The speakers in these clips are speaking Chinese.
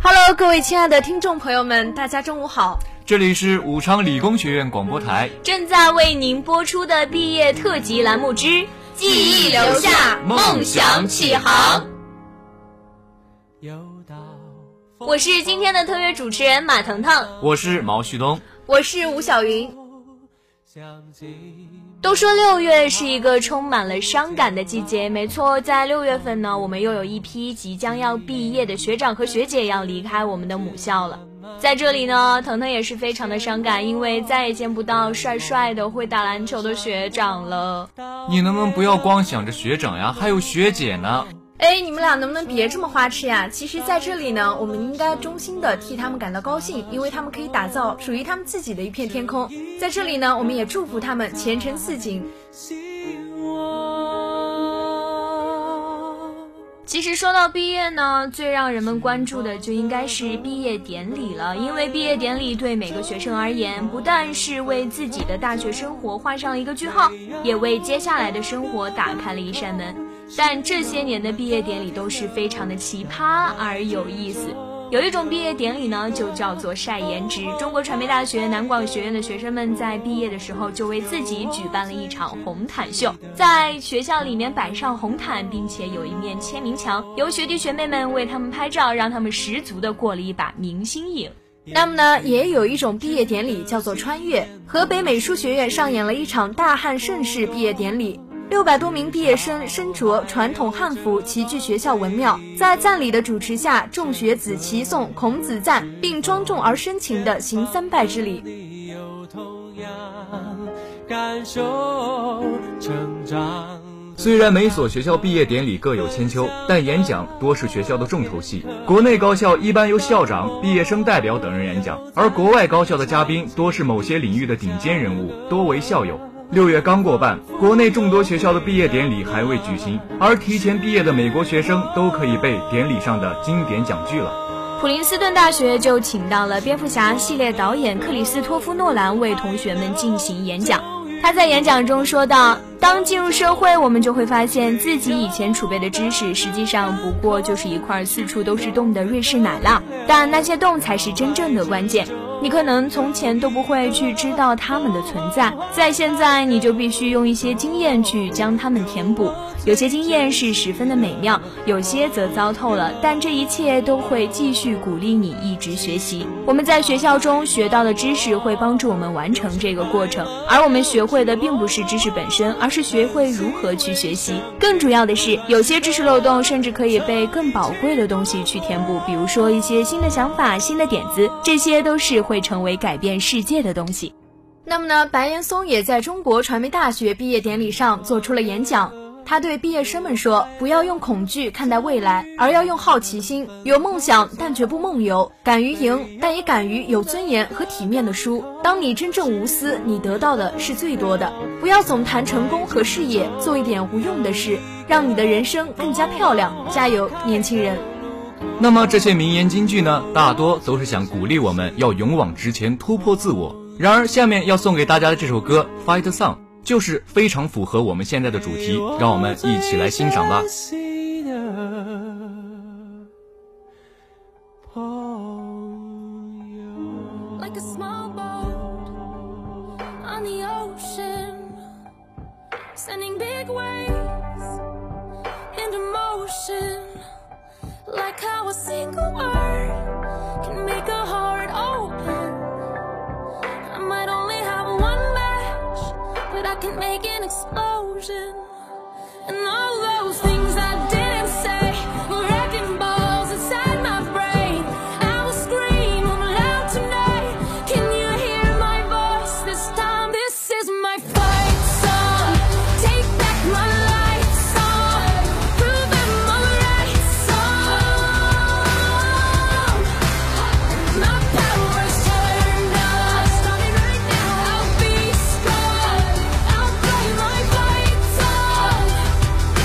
Hello， 各位亲爱的听众朋友们，大家中午好。 这里是武昌理工学院广播台， 正在为您播出的毕业特辑栏目之《记忆留下，梦想起航》。我是今天的特约主持人马腾腾， 我是毛旭东， 我是吴晓云。 都说6月是一个充满了伤感的季节，没错，在6月份呢，我们又有一批即将要毕业的学长和学姐要离开我们的母校了。在这里呢，腾腾也是非常的伤感，因为再也见不到帅帅的会打篮球的学长了。 你能不能不要光想着学长呀，还有学姐呢？ 你们俩能不能别这么花痴呀？其实在这里呢，我们应该衷心的替他们感到高兴，因为他们可以打造属于他们自己的一片天空。在这里呢，我们也祝福他们前程似锦。 其实说到毕业呢，最让人们关注的就应该是毕业典礼了，因为毕业典礼对每个学生而言，不但是为自己的大学生活画上了一个句号，也为接下来的生活打开了一扇门。但这些年的毕业典礼都是非常的奇葩而有意思。有一种毕业典礼呢，就叫做晒颜值。中国传媒大学南广学院的学生们在毕业的时候就为自己举办了一场红毯秀，在学校里面摆上红毯，并且有一面签名墙，由学弟学妹们为他们拍照，让他们十足的过了一把明星瘾。 那么呢，也有一种毕业典礼叫做穿越。河北美术学院上演了一场大汉盛世毕业典礼。600多名毕业生身着传统汉服，齐聚学校文庙，在赞礼的主持下，众学子齐颂孔子赞，并庄重而深情地行3拜之礼。 虽然每所学校毕业典礼各有千秋，但演讲多是学校的重头戏。国内高校一般由校长、毕业生代表等人演讲，而国外高校的嘉宾多是某些领域的顶尖人物，多为校友。6月刚过半，国内众多学校的毕业典礼还未举行，而提前毕业的美国学生都可以背典礼上的经典讲句了。 普林斯顿大学就请到了蝙蝠侠系列导演克里斯托夫·诺兰为同学们进行演讲。他在演讲中说道，当进入社会，我们就会发现自己以前储备的知识实际上不过就是一块四处都是洞的瑞士奶酪，但那些洞才是真正的关键。你可能从前都不会去知道它们的存在，在现在你就必须用一些经验去将它们填补。有些经验是十分的美妙，有些则糟透了，但这一切都会继续鼓励你一直学习。我们在学校中学到的知识会帮助我们完成这个过程，而我们学会的并不是知识本身，而是学会如何去学习。更主要的是，有些知识漏洞甚至可以被更宝贵的东西去填补，比如说一些新的想法、新的点子，这些都是会成为改变世界的东西。 那么呢，白岩松也在中国传媒大学毕业典礼上做出了演讲。他对毕业生们说，不要用恐惧看待未来，而要用好奇心，有梦想但绝不梦游，敢于赢但也敢于有尊严和体面的输。当你真正无私，你得到的是最多的。不要总谈成功和事业，做一点无用的事，让你的人生更加漂亮。加油，年轻人。 那么这些名言金句呢，大多都是想鼓励我们要勇往直前，突破自我。然而下面要送给大家的这首歌 Fight Song就是非常符合我们现在的主题，让我们一起来欣赏吧。 Like a small boat on the ocean, sending big waves into motion, like how a single word can make a heart open. I might only have one match, but I can make an explosion. And all those things I didn't say were wrecking balls inside my brain. I will scream loud tonight. Can you hear my voice this time? This is my fight song. Take back my life song. Prove I'm alright song. My power's turned on. Starting right now. I'll be strong. I'll play my fight song.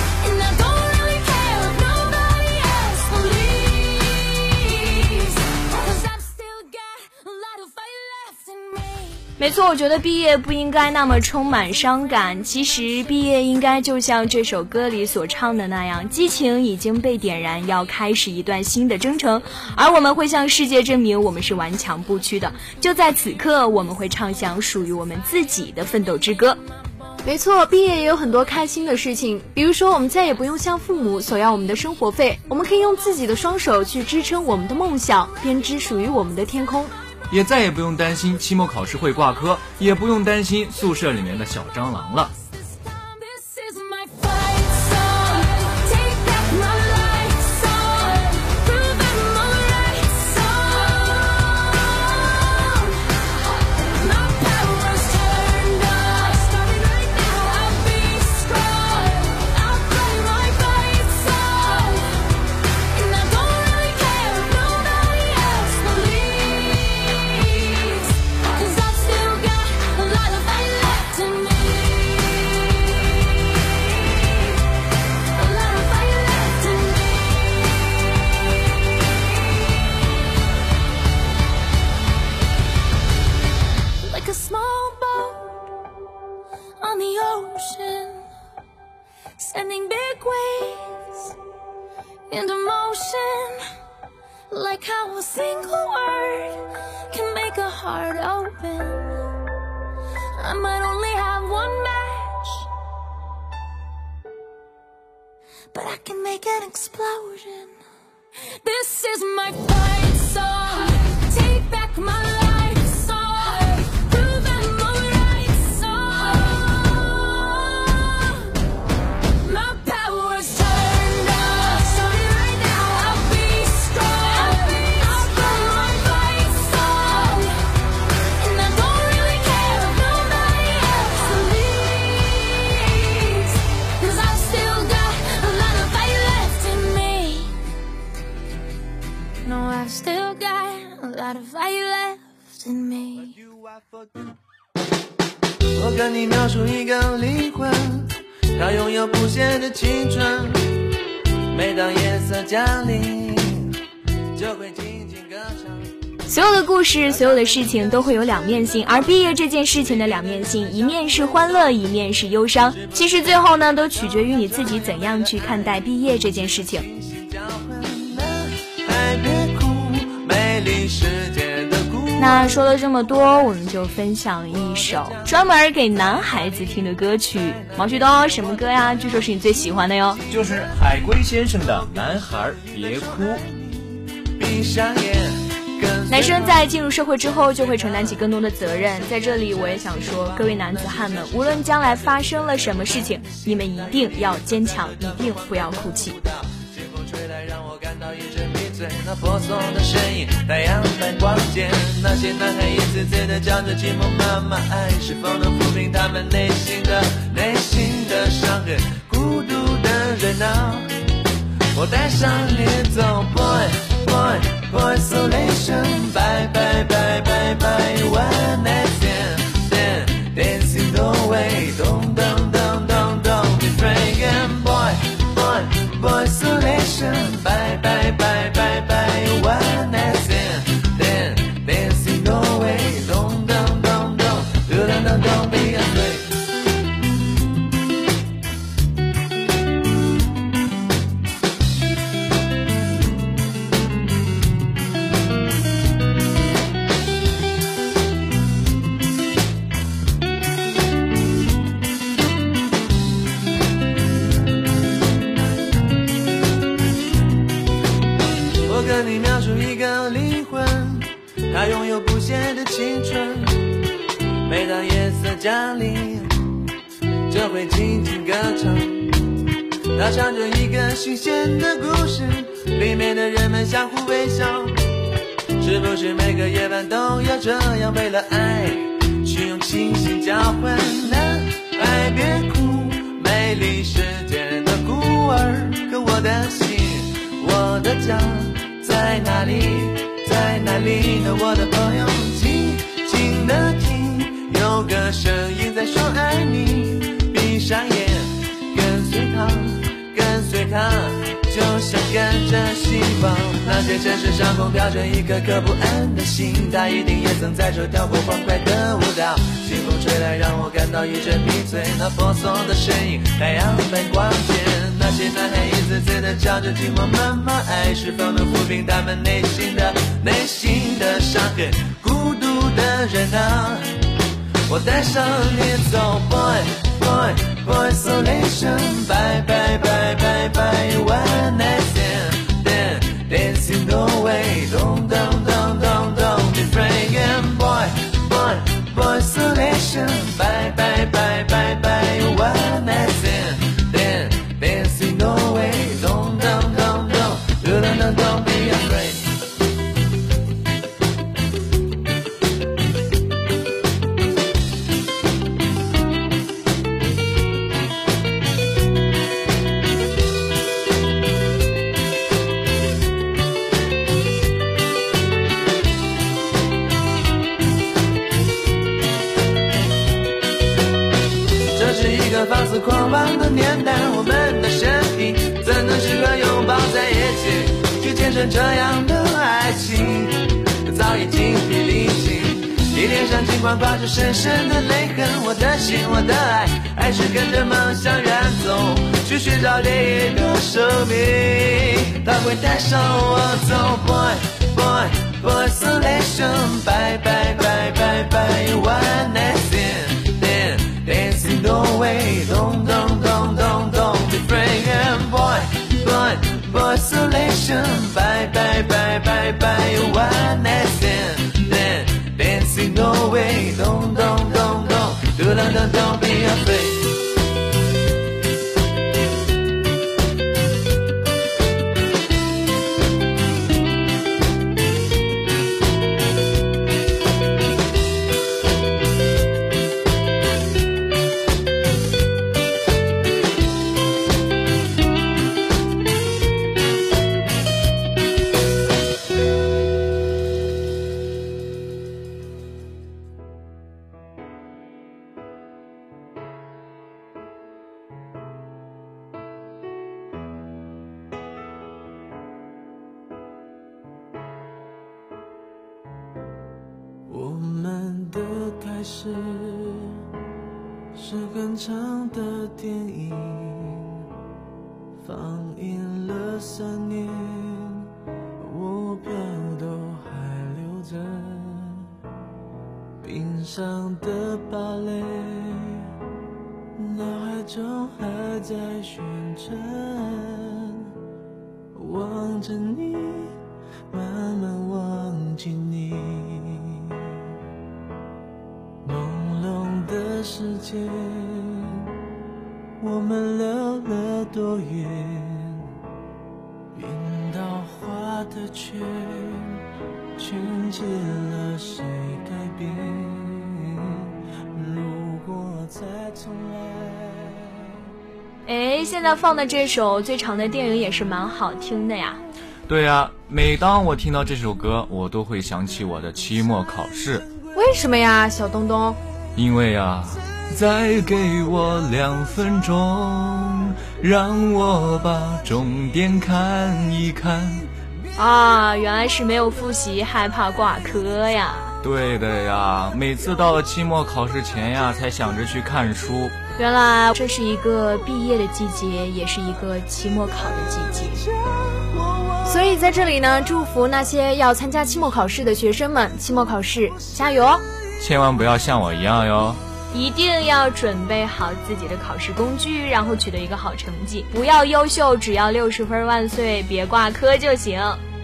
没错，我觉得毕业不应该那么充满伤感，其实毕业应该就像这首歌里所唱的那样，激情已经被点燃，要开始一段新的征程，而我们会向世界证明我们是顽强不屈的。就在此刻，我们会唱响属于我们自己的奋斗之歌。 没错，毕业也有很多开心的事情，比如说我们再也不用向父母索要我们的生活费，我们可以用自己的双手去支撑我们的梦想，编织属于我们的天空。 也再也不用担心期末考试会挂科，也不用担心宿舍里面的小蟑螂了。 Sending big waves into motion, like how a single word can make a heart open. I might only have one match, but I can make an explosion. This is my fight song. Take back my life. Still got a lot of fire left in me. 我跟你描述一个灵魂，它拥有不懈的青春。每当夜色降临，就会静静歌唱。 所有的故事，所有的事情都会有两面性，而毕业这件事情的两面性，一面是欢乐，一面是忧伤。其实最后呢，都取决于你自己怎样去看待毕业这件事情。那说了这么多，我们就分享一首专门给男孩子听的歌曲。毛旭东，什么歌呀？据说是你最喜欢的哟。 就是海龟先生的《男孩别哭》。 男生在进入社会之后，就会承担起更多的责任。在这里，我也想说，各位男子汉们，无论将来发生了什么事情，你们一定要坚强，一定不要哭泣。 那婆娑的身影，太阳般光洁。那些男孩一次次地叫着寂寞妈妈，爱是否能抚平他们内心的伤痕？孤独的热闹，我带上脸走 ，boy isolation， bye bye bye bye bye one night stand dancing the way， don't don't don't don't don't be frightened boy isolation， bye bye bye bye bye one night stand dancing the way， don't don't don't don't don't don't don't be afraid。跟你描述一个灵魂，它拥有不懈的青春。每当夜色降临，就会静静歌唱。它唱着一个新鲜的故事，里面的人们相互微笑。是不是每个夜晚都要这样，为了爱去用清醒交换？男孩别哭，美丽世界的孤儿。可我的心，我的家在哪里？在哪里呢？我的朋友，静静地听，有个声音在说爱你。闭上眼，跟随他，就像跟着心方，那些城市上空飘着一颗颗不安的心，他一定也曾在这跳过欢快的舞蹈。清风吹来让我感到一阵迷醉，那婆娑的身影，太阳般光线，那些男孩一次次的叫着寂寞妈妈，爱是否能抚平他们内心的伤痕，孤独的人啊，我带上你走 Boy Isolation Bye bye bye bye bye One night stand Dancing no way Don't be afraid And Boy Isolation Bye bye bye bye bye One night stand Dancing no way Don't be afraid放肆狂妄的年代，我们的身体怎能适合拥抱在一起，去见证这样的爱情，早已精疲力尽。你脸上尽管挂着深深的泪痕，我的心，我的爱，还是跟着梦想远走，去寻找另一个生命，它会带上我走。Boy Isolation Bye bye bye bye bye One night stand.Dancing no way, don't be afraid And boy isolation Bye bye bye bye bye One night stand Dancing no way, don't be afraid我们的开始是很长的电影，放映了3年，我票都还留着，冰上的芭蕾，脑海中还在旋转，望着你，慢慢忘记你。朦胧的时间，我们溜了多远？冰刀划的圈，圈起了谁改变？如果再重来。 现在放的这首最长的电影也是蛮好听的呀。 对呀，每当我听到这首歌，我都会想起我的期末考试。 为什么呀，小东东？ 因为啊，再给我2分钟，让我把重点看一看。 啊，原来是没有复习，害怕挂科呀。 对的呀，每次到了期末考试前呀，才想着去看书。 原来这是一个毕业的季节，也是一个期末考的季节。 所以在这里呢，祝福那些要参加期末考试的学生们，期末考试加油哦！ 千万不要像我一样哟， 一定要准备好自己的考试工具，然后取得一个好成绩。不要优秀，只要60分万岁，别挂科就行。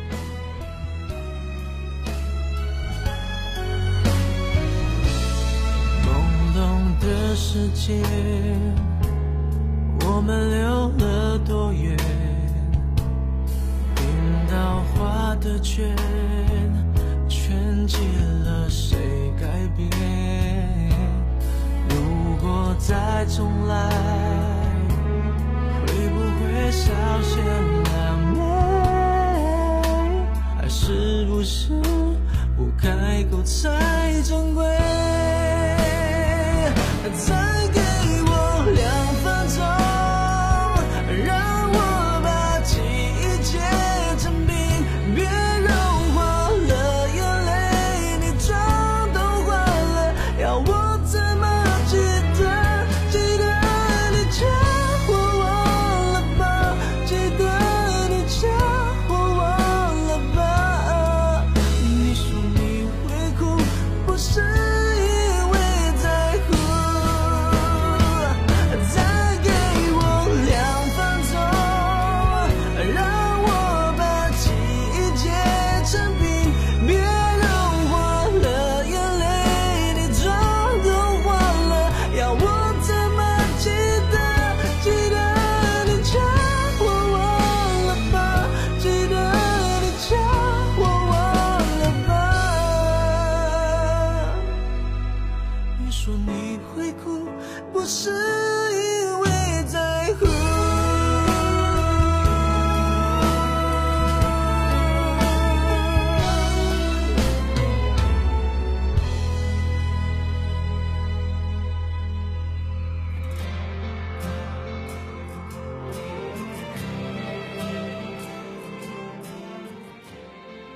朦胧的世界，我们溜了多远？冰刀划的圈，圈起了谁改变？如果再重来，会不会稍显狼狈？还是不是不开口才珍贵？再给我2分钟，让我把记忆结成冰。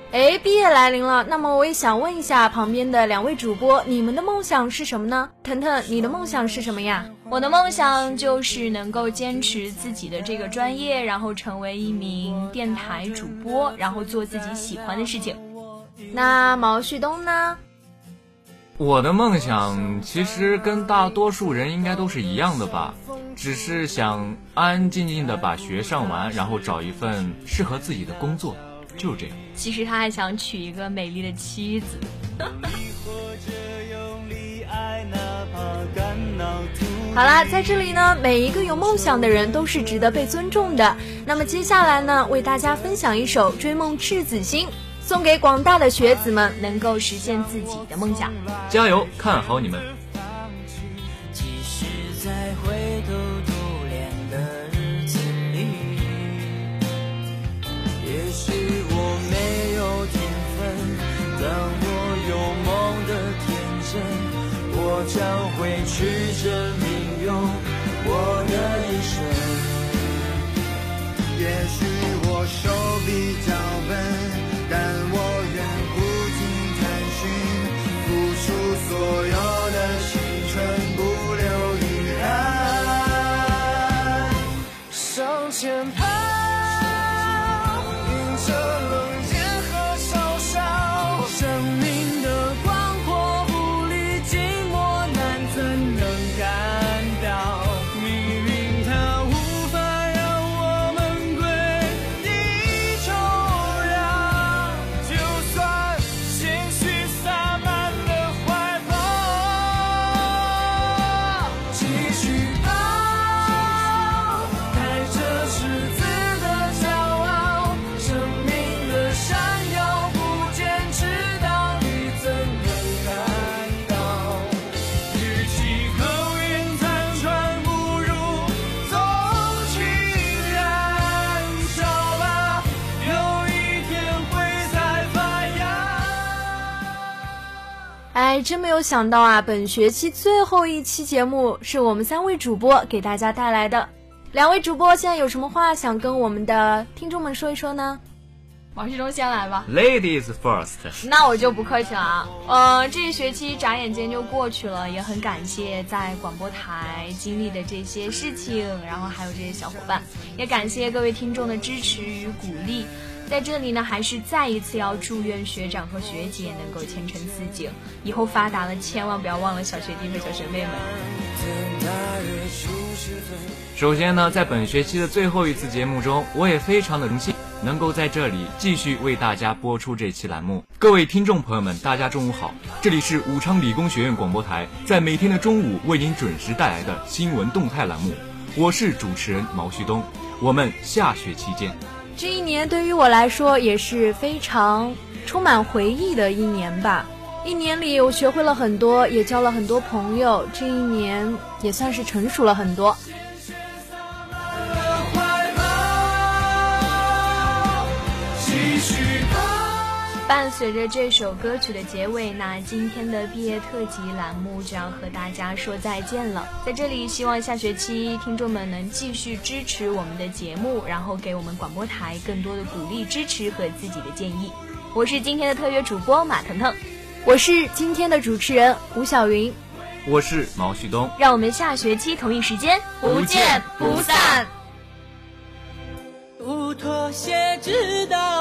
毕业来临了，那么我也想问一下旁边的两位主播，你们的梦想是什么呢？腾腾，你的梦想是什么呀？ 我的梦想就是能够坚持自己的这个专业，然后成为一名电台主播，然后做自己喜欢的事情。 那毛旭东呢？ 我的梦想其实跟大多数人应该都是一样的吧，只是想安安静静的把学上完，然后找一份适合自己的工作，就这样。 其实他还想娶一个美丽的妻子。 好啦，在这里呢，每一个有梦想的人都是值得被尊重的。那么接下来呢，为大家分享一首《追梦赤子心》，送给广大的学子们， 能够实现自己的梦想。 加油，看好你们。 即使在灰头土脸的日子里，也许我没有天分，但我有梦的天真，我将会去证明用我的一生。也许我手比较笨，但我愿不停探寻，付出所有的青春，不留遗憾。向前跑，迎着冷眼和嘲笑，生命的广阔不离寂寞，难怎能感到命运它无法让我们归地重阳，就算情绪洒满了怀抱，继续跑，带着赤子的骄傲，生命的闪耀不坚持到你怎能看到，与其苟延残喘，不如纵情燃烧吧，有一天会再发芽。 真没有想到啊，本学期最后一期节目是我们3位主播给大家带来的。2位主播现在有什么话想跟我们的听众们说一说呢？ 毛旭东先来吧。 Ladies first。 那我就不客气了啊，这一学期眨眼间就过去了，也很感谢在广播台经历的这些事情，然后还有这些小伙伴，也感谢各位听众的支持与鼓励。在这里呢，还是再一次要祝愿学长和学姐能够前程似锦，以后发达了千万不要忘了小学弟和小学妹们。 首先呢，在本学期的最后一次节目中，我也非常的荣幸能够在这里继续为大家播出这期栏目。各位听众朋友们，大家中午好，这里是武昌理工学院广播台，在每天的中午为您准时带来的新闻动态栏目，我是主持人毛旭东，我们下学期见。 这一年对于我来说也是非常充满回忆的一年吧。一年里我学会了很多，也交了很多朋友，这一年也算是成熟了很多。 伴随着这首歌曲的结尾，那今天的毕业特辑栏目就要和大家说再见了。在这里希望下学期听众们能继续支持我们的节目，然后给我们广播台更多的鼓励支持和自己的建议。我是今天的特约主播马腾腾， 我是今天的主持人吴晓云， 我是毛旭东， 让我们下学期同一时间不见不散。 不妥协，直到